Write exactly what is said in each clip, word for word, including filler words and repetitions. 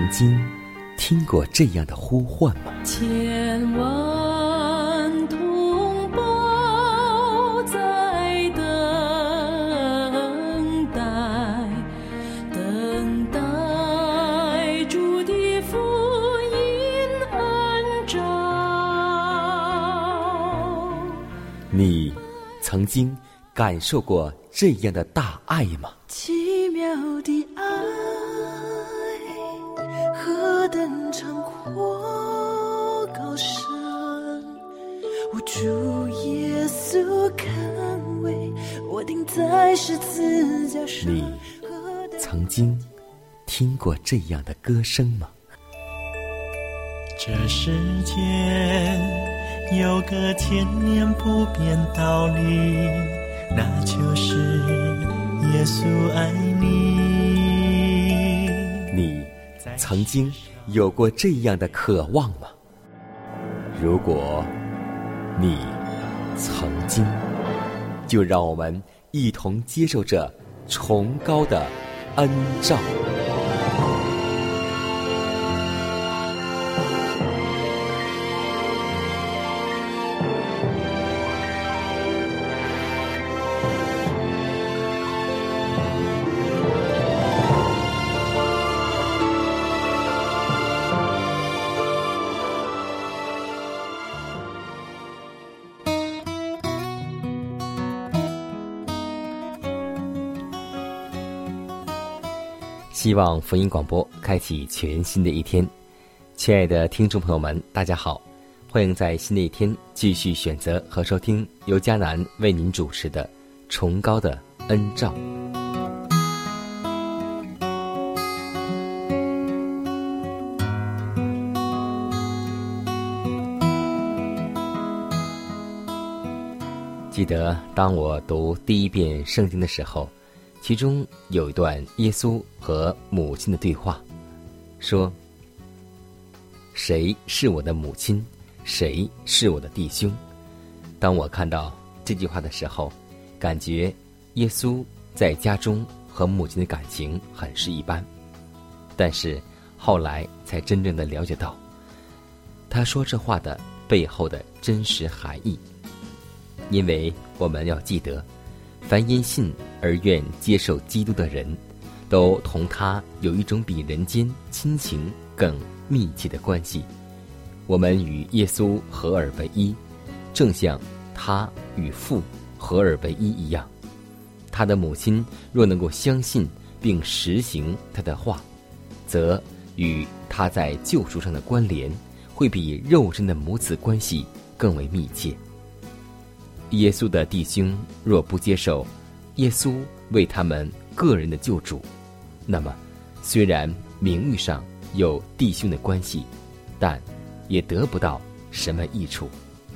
曾经听过这样的呼唤吗？ 千万同胞在等待，等待主的福音恩召。 你曾经感受过这样的大爱吗？ 奇妙的爱，何等长阔高深，我主耶稣看为我钉在十字架上。 你曾经听过这样的歌声吗？ 这世间有个千年不变道理，那就是耶稣爱你。 你曾经有过这样的渴望吗？如果你曾经，就让我们一同接受这崇高的恩召。希望福音广播开启全新的一天。亲爱的听众朋友们，大家好，欢迎在新的一天继续选择和收听由迦南为您主持的崇高的恩召。记得当我读第一遍圣经的时候，其中有一段耶稣和母亲的对话，说：谁是我的母亲，谁是我的弟兄。当我看到这句话的时候，感觉耶稣在家中和母亲的感情很是一般，但是后来才真正的了解到他说这话的背后的真实含义。因为我们要记得，凡因信而愿接受基督的人，都同他有一种比人间亲情更密切的关系。我们与耶稣合而为一，正像他与父合而为一一样。他的母亲若能够相信并实行他的话，则与他在救赎上的关联会比肉身的母子关系更为密切。耶稣的弟兄若不接受耶稣为他们个人的救主，那么虽然名誉上有弟兄的关系，但也得不到什么益处。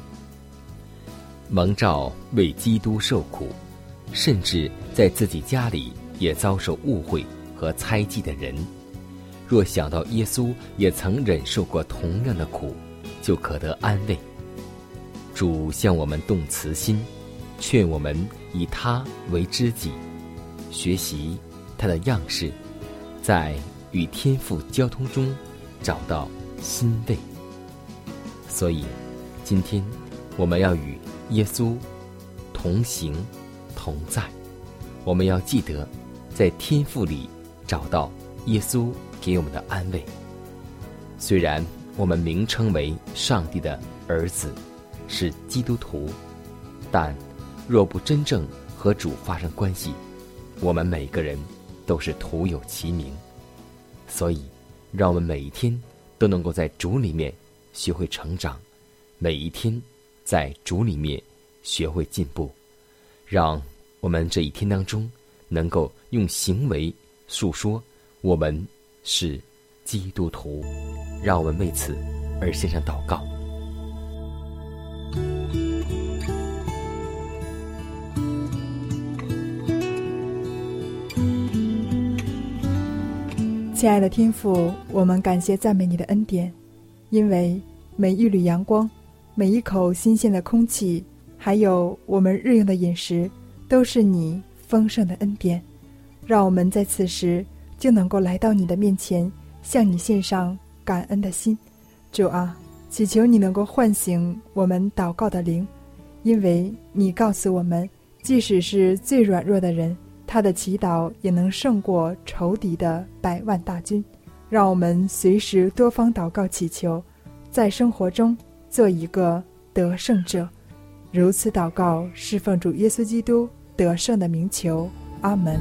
蒙召为基督受苦，甚至在自己家里也遭受误会和猜忌的人，若想到耶稣也曾忍受过同样的苦，就可得安慰。主向我们动慈心，劝我们以他为知己，学习他的样式，在与天父交通中找到欣慰。所以今天我们要与耶稣同行同在，我们要记得在天父里找到耶稣给我们的安慰。虽然我们名称为上帝的儿子，是基督徒，但若不真正和主发生关系，我们每个人都是徒有其名。所以让我们每一天都能够在主里面学会成长，每一天在主里面学会进步，让我们这一天当中能够用行为诉说我们是基督徒。让我们为此而献上祷告。 亲爱的天父，我们感谢赞美你的恩典，因为每一缕阳光，每一口新鲜的空气，还有我们日用的饮食，都是你丰盛的恩典，让我们在此时就能够来到你的面前， 向你献上感恩的心。主啊，祈求你能够唤醒我们祷告的灵，因为你告诉我们，即使是最软弱的人，他的祈祷也能胜过仇敌的百万大军。让我们随时多方祷告祈求，在生活中做一个得胜者。如此祷告，是奉主耶稣基督得胜的名求，阿门。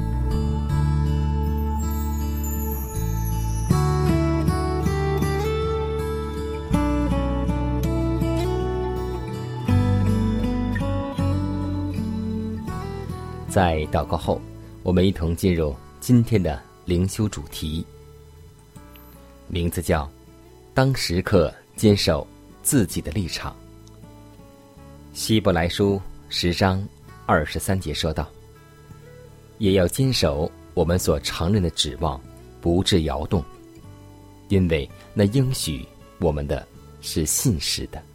在祷告后，我们一同进入今天的灵修主题，名字叫当时刻坚守自己的立场。希伯来书十章二十三节说道，也要坚守我们所常人的指望，不致摇动，因为那应许我们的是信实的。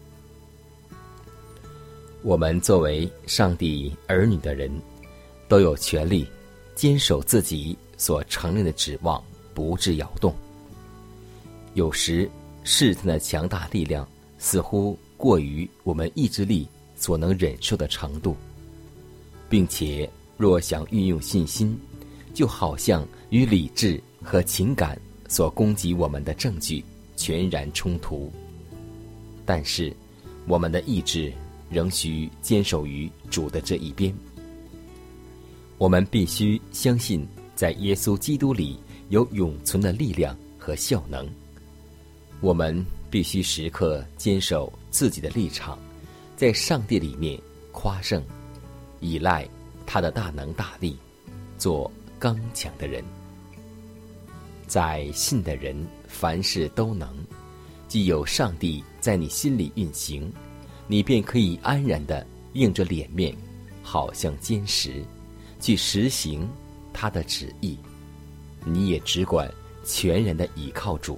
我们作为上帝儿女的人，都有权利坚守自己所承认的指望，不致摇动。有时试探的强大力量似乎过于我们意志力所能忍受的程度，并且若想运用信心，就好像与理智和情感所攻击我们的证据全然冲突。但是我们的意志仍需坚守于主的这一边。我们必须相信，在耶稣基督里有永存的力量和效能。我们必须时刻坚守自己的立场，在上帝里面夸胜，依赖他的大能大力，做刚强的人。在信的人凡事都能，既有上帝在你心里运行，你便可以安然地硬着脸面，好像坚石，去实行他的旨意。你也只管全然地倚靠主。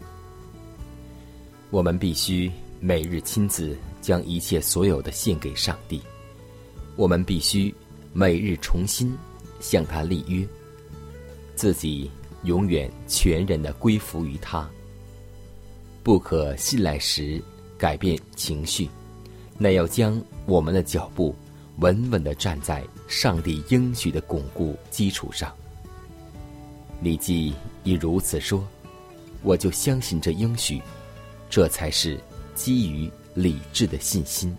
我们必须每日亲自将一切所有的献给上帝。我们必须每日重新向他立约，自己永远全然地归服于他。不可信赖时改变情绪，乃要将我们的脚步稳稳地站在上帝应许的巩固基础上。你既已如此说，我就相信这应许，这才是基于理智的信心。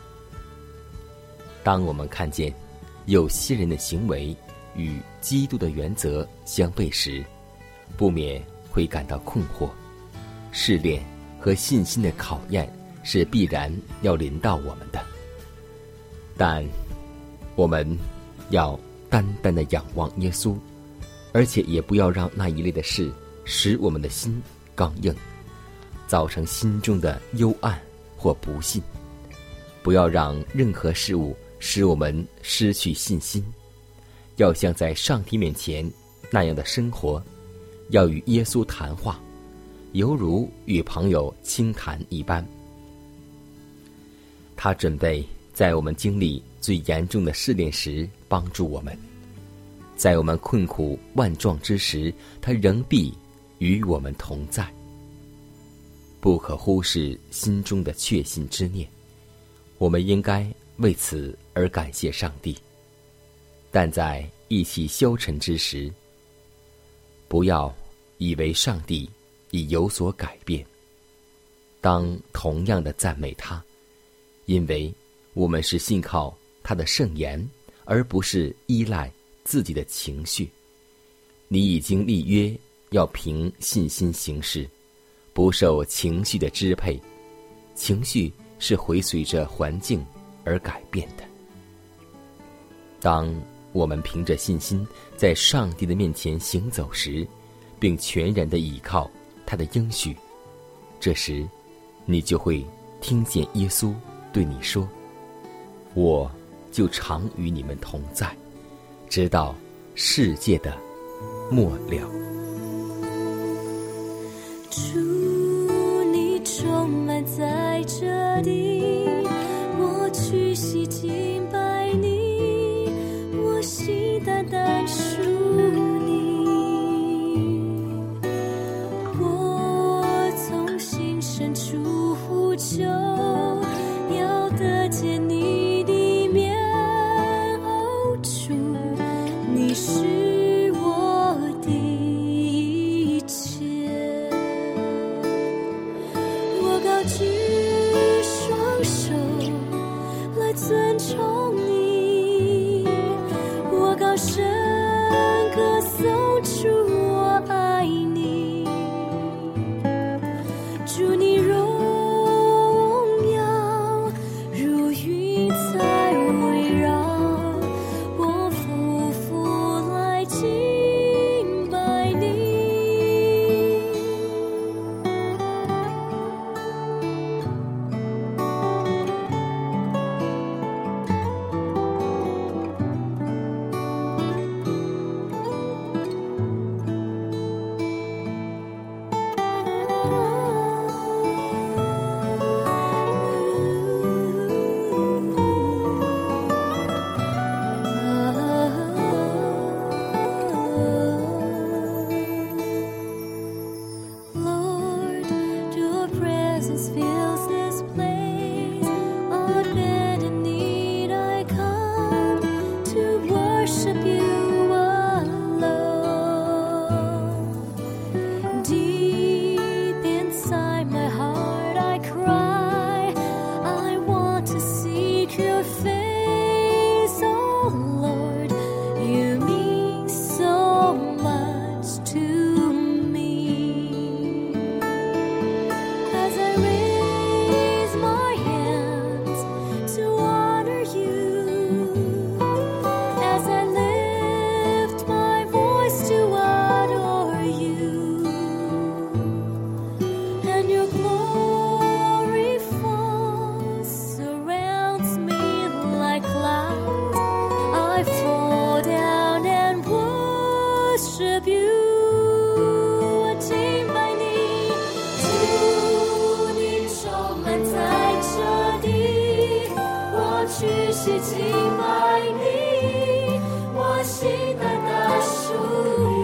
当我们看见有些人的行为与基督的原则相悖时，不免会感到困惑。试炼和信心的考验是必然要临到我们的，但我们要单单的仰望耶稣，而且也不要让那一类的事使我们的心刚硬，造成心中的幽暗或不信。不要让任何事物使我们失去信心，要像在上帝面前那样的生活，要与耶稣谈话，犹如与朋友倾谈一般。他准备在我们经历最严重的试炼时帮助我们，在我们困苦万状之时，他仍必与我们同在。不可忽视心中的确信之念，我们应该为此而感谢上帝。但在意气消沉之时，不要以为上帝已有所改变，当同样的赞美他，因为我们是信靠他的圣言，而不是依赖自己的情绪。你已经立约，要凭信心行事，不受情绪的支配。情绪是会随着环境而改变的。当我们凭着信心在上帝的面前行走时，并全然地倚靠他的应许，这时你就会听见耶稣对你说，我就常与你们同在，直到世界的末了。 主，你充满在这里，我屈膝敬拜你，我心单单属你，我你是我的一切。我高举双手来尊崇你，我高声歌颂主，我爱你。主你荣耀如云彩围绕，我匍匐来敬拜你。Lord, your presence fills this place. On bended knee I come to worship you alone. Deep inside my heart I cry, I want to seek your face, oh Lord. You mean so much to me. As I raise my hands to honor you, as I lift my voice to adore you, and your glory falls, surrounds me like clouds, I fall down and worship you. 我敬拜你，主你充满在这里，我屈膝敬拜你，我心单单属你。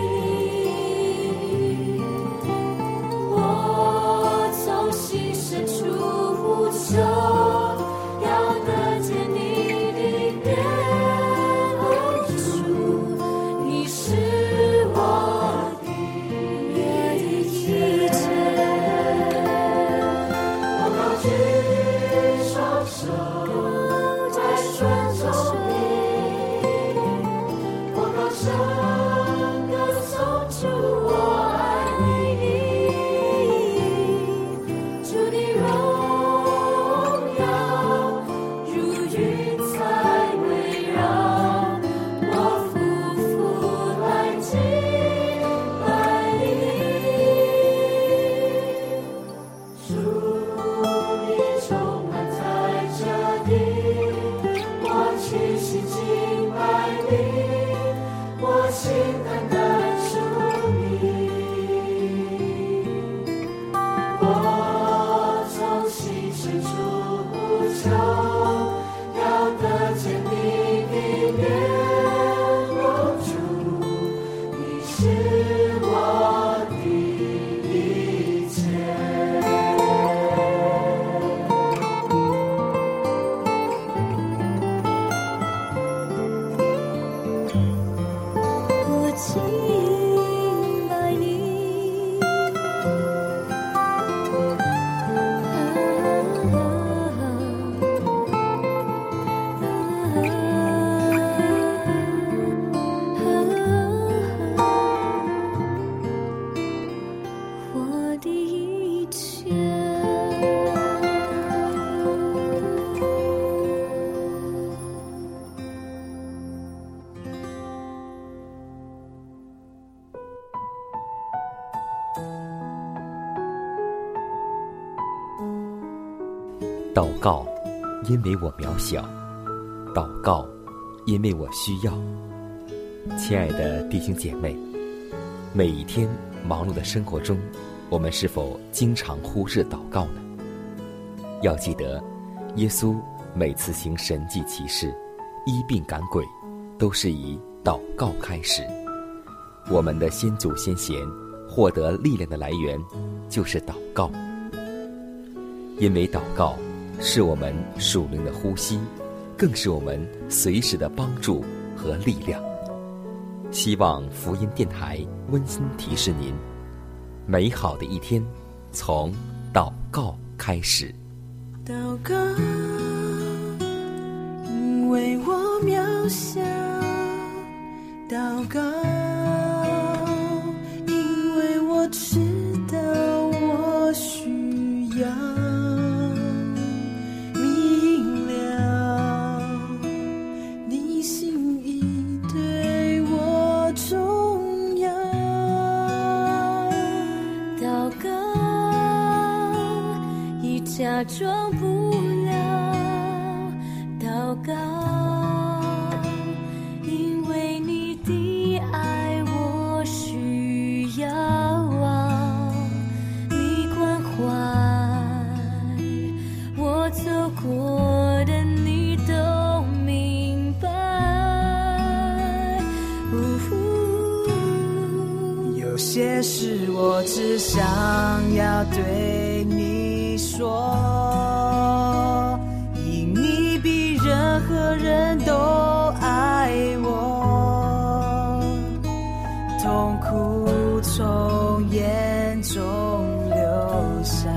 我从心深处呼求，要得见你的面，哦主，你是我的一切。我高举双手来尊崇你，我高声歌颂主，我爱你。主你荣耀如云彩围绕，我匍匐来敬拜你。主你充满在这里，我屈膝敬拜你，我心单单属你。我从心深处呼求，要得见你的面，哦主，你是我的一切。我敬拜你，我的一切。 祷告，因为我渺小；祷告，因为我需要。亲爱的弟兄姐妹，每一天忙碌的生活中，我们是否经常忽视祷告呢？要记得，耶稣每次行神迹奇事、医病赶鬼，都是以祷告开始。我们的先祖先贤获得力量的来源就是祷告，因为祷告是我们属灵的呼吸，更是我们随时的帮助和力量。 希望福音电台温馨提示您：美好的一天从祷告开始。 祷告，因为我渺小；祷告，因为我知道我需要明了你心意对我重要。祷告，已假装不了；祷告，因为你的爱我需要啊，你关怀我走过的你都明白。有些事我只想要对你说，因你比任何人都爱我，痛苦从眼中流下，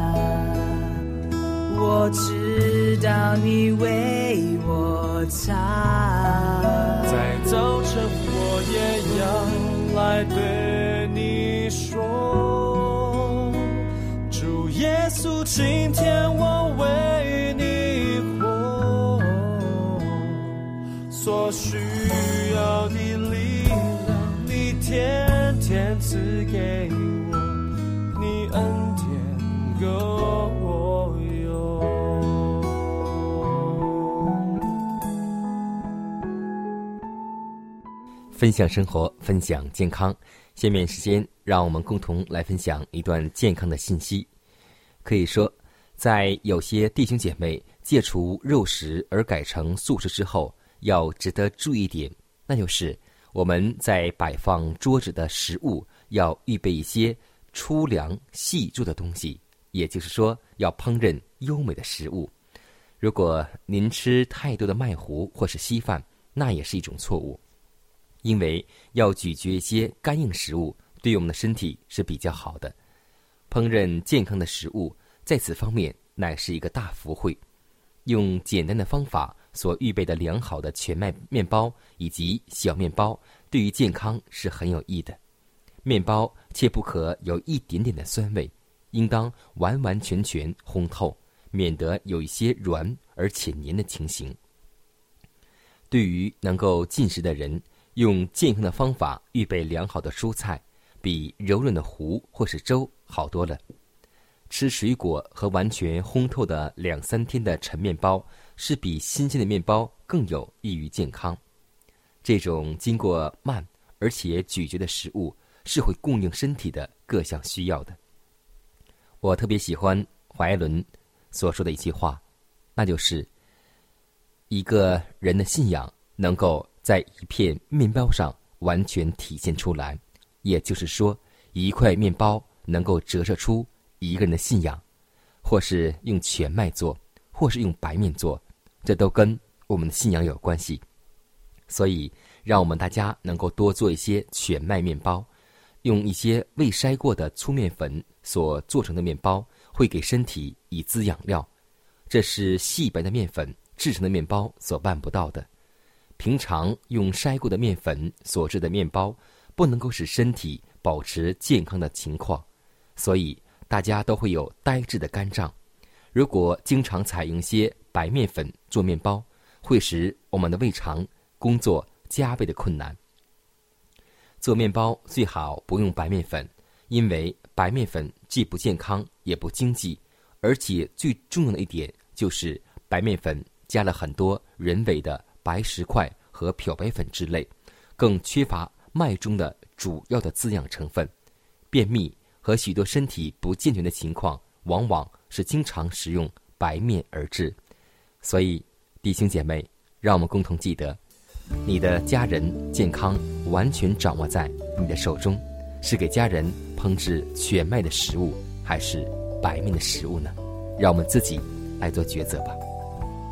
我知道你为我擦。 在早晨我也要来对你说，主耶稣，今天我为你活，所需要的力量你天天赐给我，你恩典够我用。 分享生活，分享健康。下面时间，让我们共同来分享一段健康的信息。可以说，在有些弟兄姐妹戒除肉食而改成素食之后，要值得注意一点，那就是我们在摆放桌子的食物要预备一些粗粮细做的东西，也就是说要烹饪优美的食物。如果您吃太多的麦糊或是稀饭，那也是一种错误，因为要咀嚼一些干硬食物对我们的身体是比较好的。烹饪健康的食物在此方面乃是一个大福慧。用简单的方法所预备的良好的全麦面包以及小面包对于健康是很有益的。面包切不可有一点点的酸味，应当完完全全烘透，免得有一些软而且黏的情形。对于能够进食的人，用健康的方法预备良好的蔬菜，比柔软的糊或是粥好多了。吃水果和完全烘透的两三天的陈面包，是比新鲜的面包更有益于健康。这种经过慢而且咀嚼的食物，是会供应身体的各项需要的。我特别喜欢怀伦所说的一句话，那就是一个人的信仰能够在一片面包上完全体现出来，也就是说，一块面包能够折射出一个人的信仰，或是用全麦做，或是用白面做，这都跟我们的信仰有关系。所以让我们大家能够多做一些全麦面包，用一些未筛过的粗面粉所做成的面包，会给身体以滋养料，这是细白的面粉制成的面包所办不到的。平常用筛过的面粉所制的面包，不能够使身体保持健康的情况，所以大家都会有呆滞的肝脏。如果经常采用些白面粉做面包，会使我们的胃肠工作加倍的困难。做面包最好不用白面粉，因为白面粉既不健康也不经济，而且最重要的一点就是白面粉加了很多人为的白石块和漂白粉之类，更缺乏麦中的主要的滋养成分。便秘和许多身体不健全的情况，往往是经常食用白面而致。所以弟兄姐妹，让我们共同记得，你的家人健康完全掌握在你的手中，是给家人烹制全麦的食物，还是白面的食物呢？让我们自己来做抉择吧。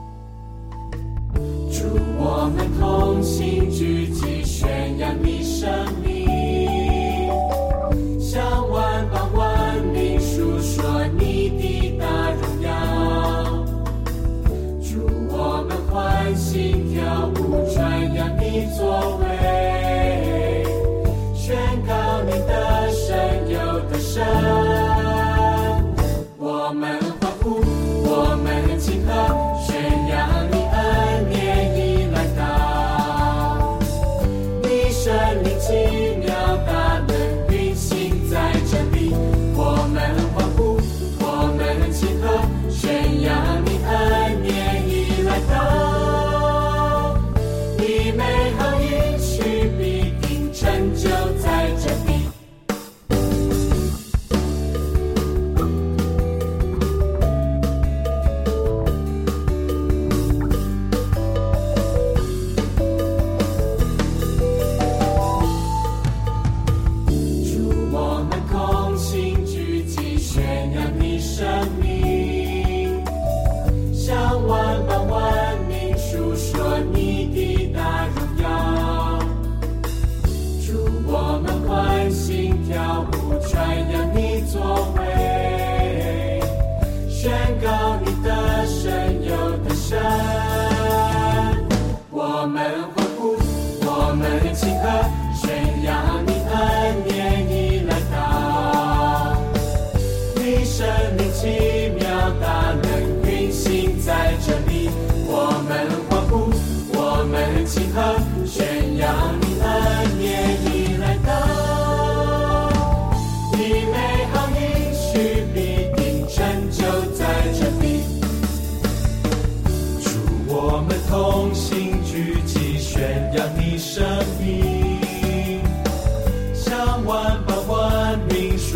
祝我们同心聚集，宣扬你神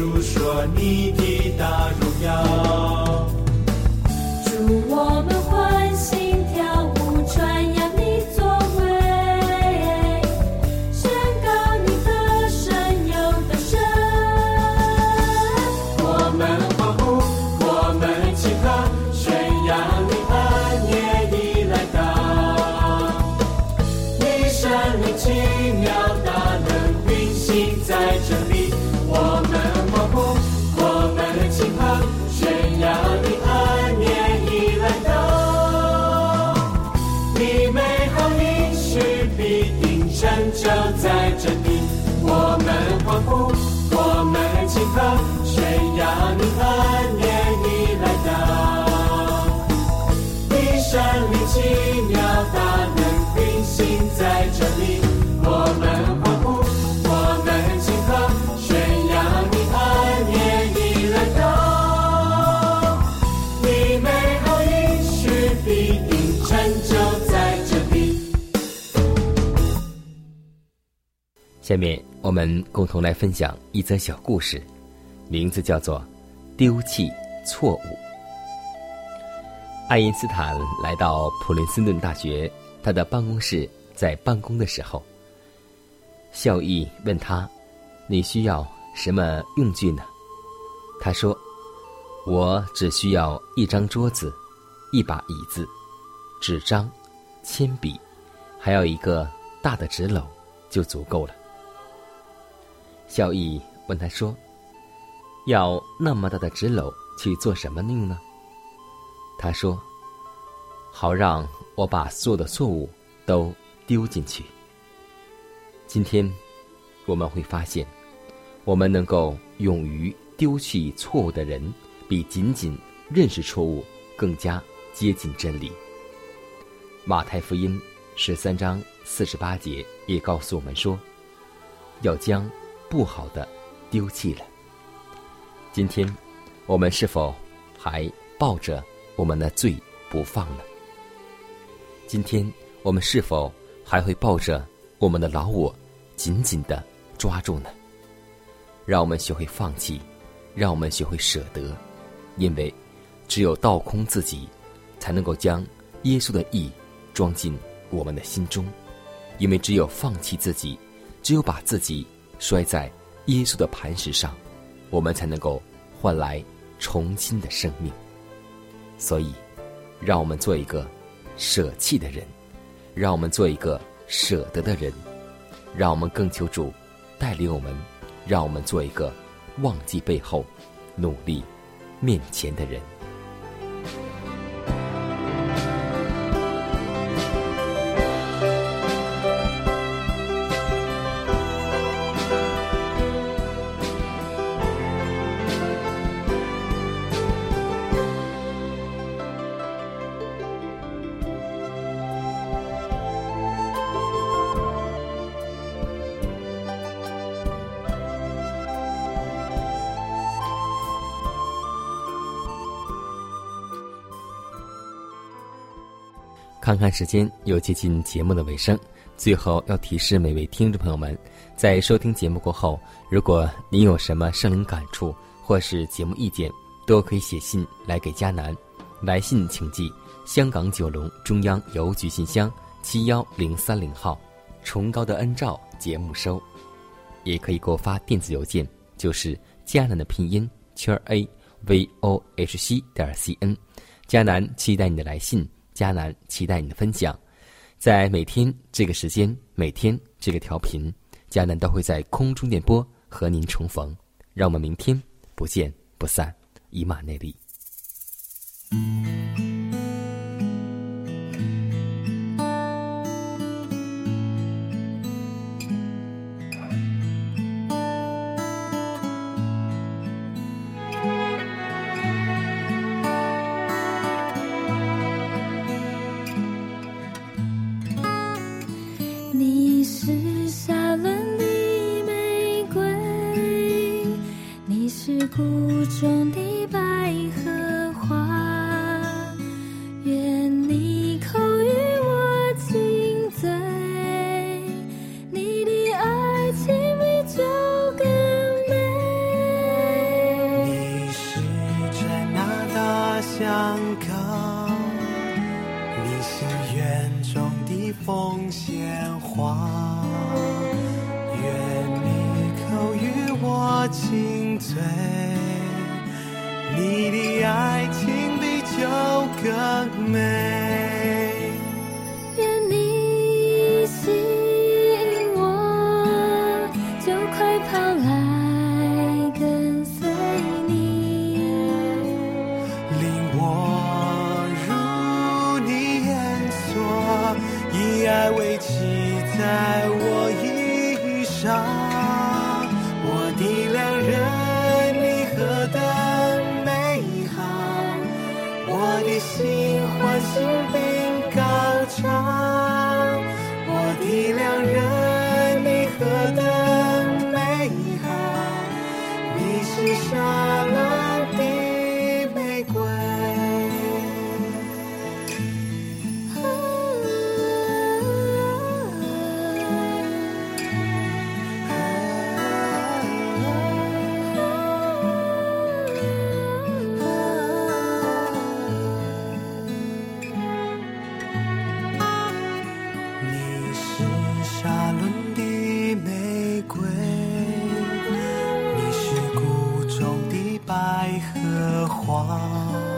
述说你的大荣耀。 主，我们欢欣跳舞，传扬你作为，宣告你的神有的神。 我们欢呼，我们庆贺，宣扬你恩典已来到。你神灵奇妙大能运行在这里，我们欢呼，我们庆贺，宣扬你恩典已来到。你美好应许必定成就在这里，我们欢呼，我们庆贺，宣扬你恩典已来到。你神灵奇妙大能运行在这里，我们欢呼，我们庆贺，宣扬你恩典已来到。你美好应许必定成就在这里。 下面我们共同来分享一则小故事，名字叫做丢弃错误。爱因斯坦来到普林斯顿大学，他的办公室在办公的时候，校医问他，你需要什么用具呢？他说，我只需要一张桌子，一把椅子，纸张，铅笔，还有一个大的纸篓就足够了。校医问他说，要那么大的纸篓去做什么用呢？他说，好让我把所有的错误都丢进去。今天我们会发现，我们能够勇于丢弃错误的人，比仅仅认识错误更加接近真理。马太福音十三章四十八节也告诉我们说，要将不好的丢弃了。今天我们是否还抱着我们的罪不放呢？今天我们是否还会抱着我们的老我紧紧地抓住呢？让我们学会放弃，让我们学会舍得，因为只有倒空自己，才能够将耶稣的义装进我们的心中。因为只有放弃自己，只有把自己摔在耶稣的磐石上，我们才能够换来重新的生命。所以让我们做一个舍弃的人，让我们做一个舍得的人，让我们更求主带领我们，让我们做一个忘记背后努力面前的人。看看时间，又接近节目的尾声，最后要提示每位听众朋友们，在收听节目过后，如果您有什么圣灵感触或是节目意见，都可以写信来给迦南。来信请寄香港九龙中央邮局信箱七一零三零号，崇高的恩照节目收。也可以给我发电子邮件，就是迦南的拼音圈 a v o h c 点 c n。迦南期待你的来信，迦南期待你的分享。在每天这个时间，每天这个调频，迦南都会在空中电波和您重逢。让我们明天不见不散，以马内利。 你是夏伦的玫瑰，你是谷中的百合花，愿你口与我亲嘴，你的爱情比酒更美。 跑来跟随你， 领我入你眼所，以爱为旗在我衣裳。我的良人，你何等美好，我的心欢欣并高唱。我的良人，你何等美好，你是沙朗的玫瑰。你是沙伦的玫瑰，你是谷中的百合花。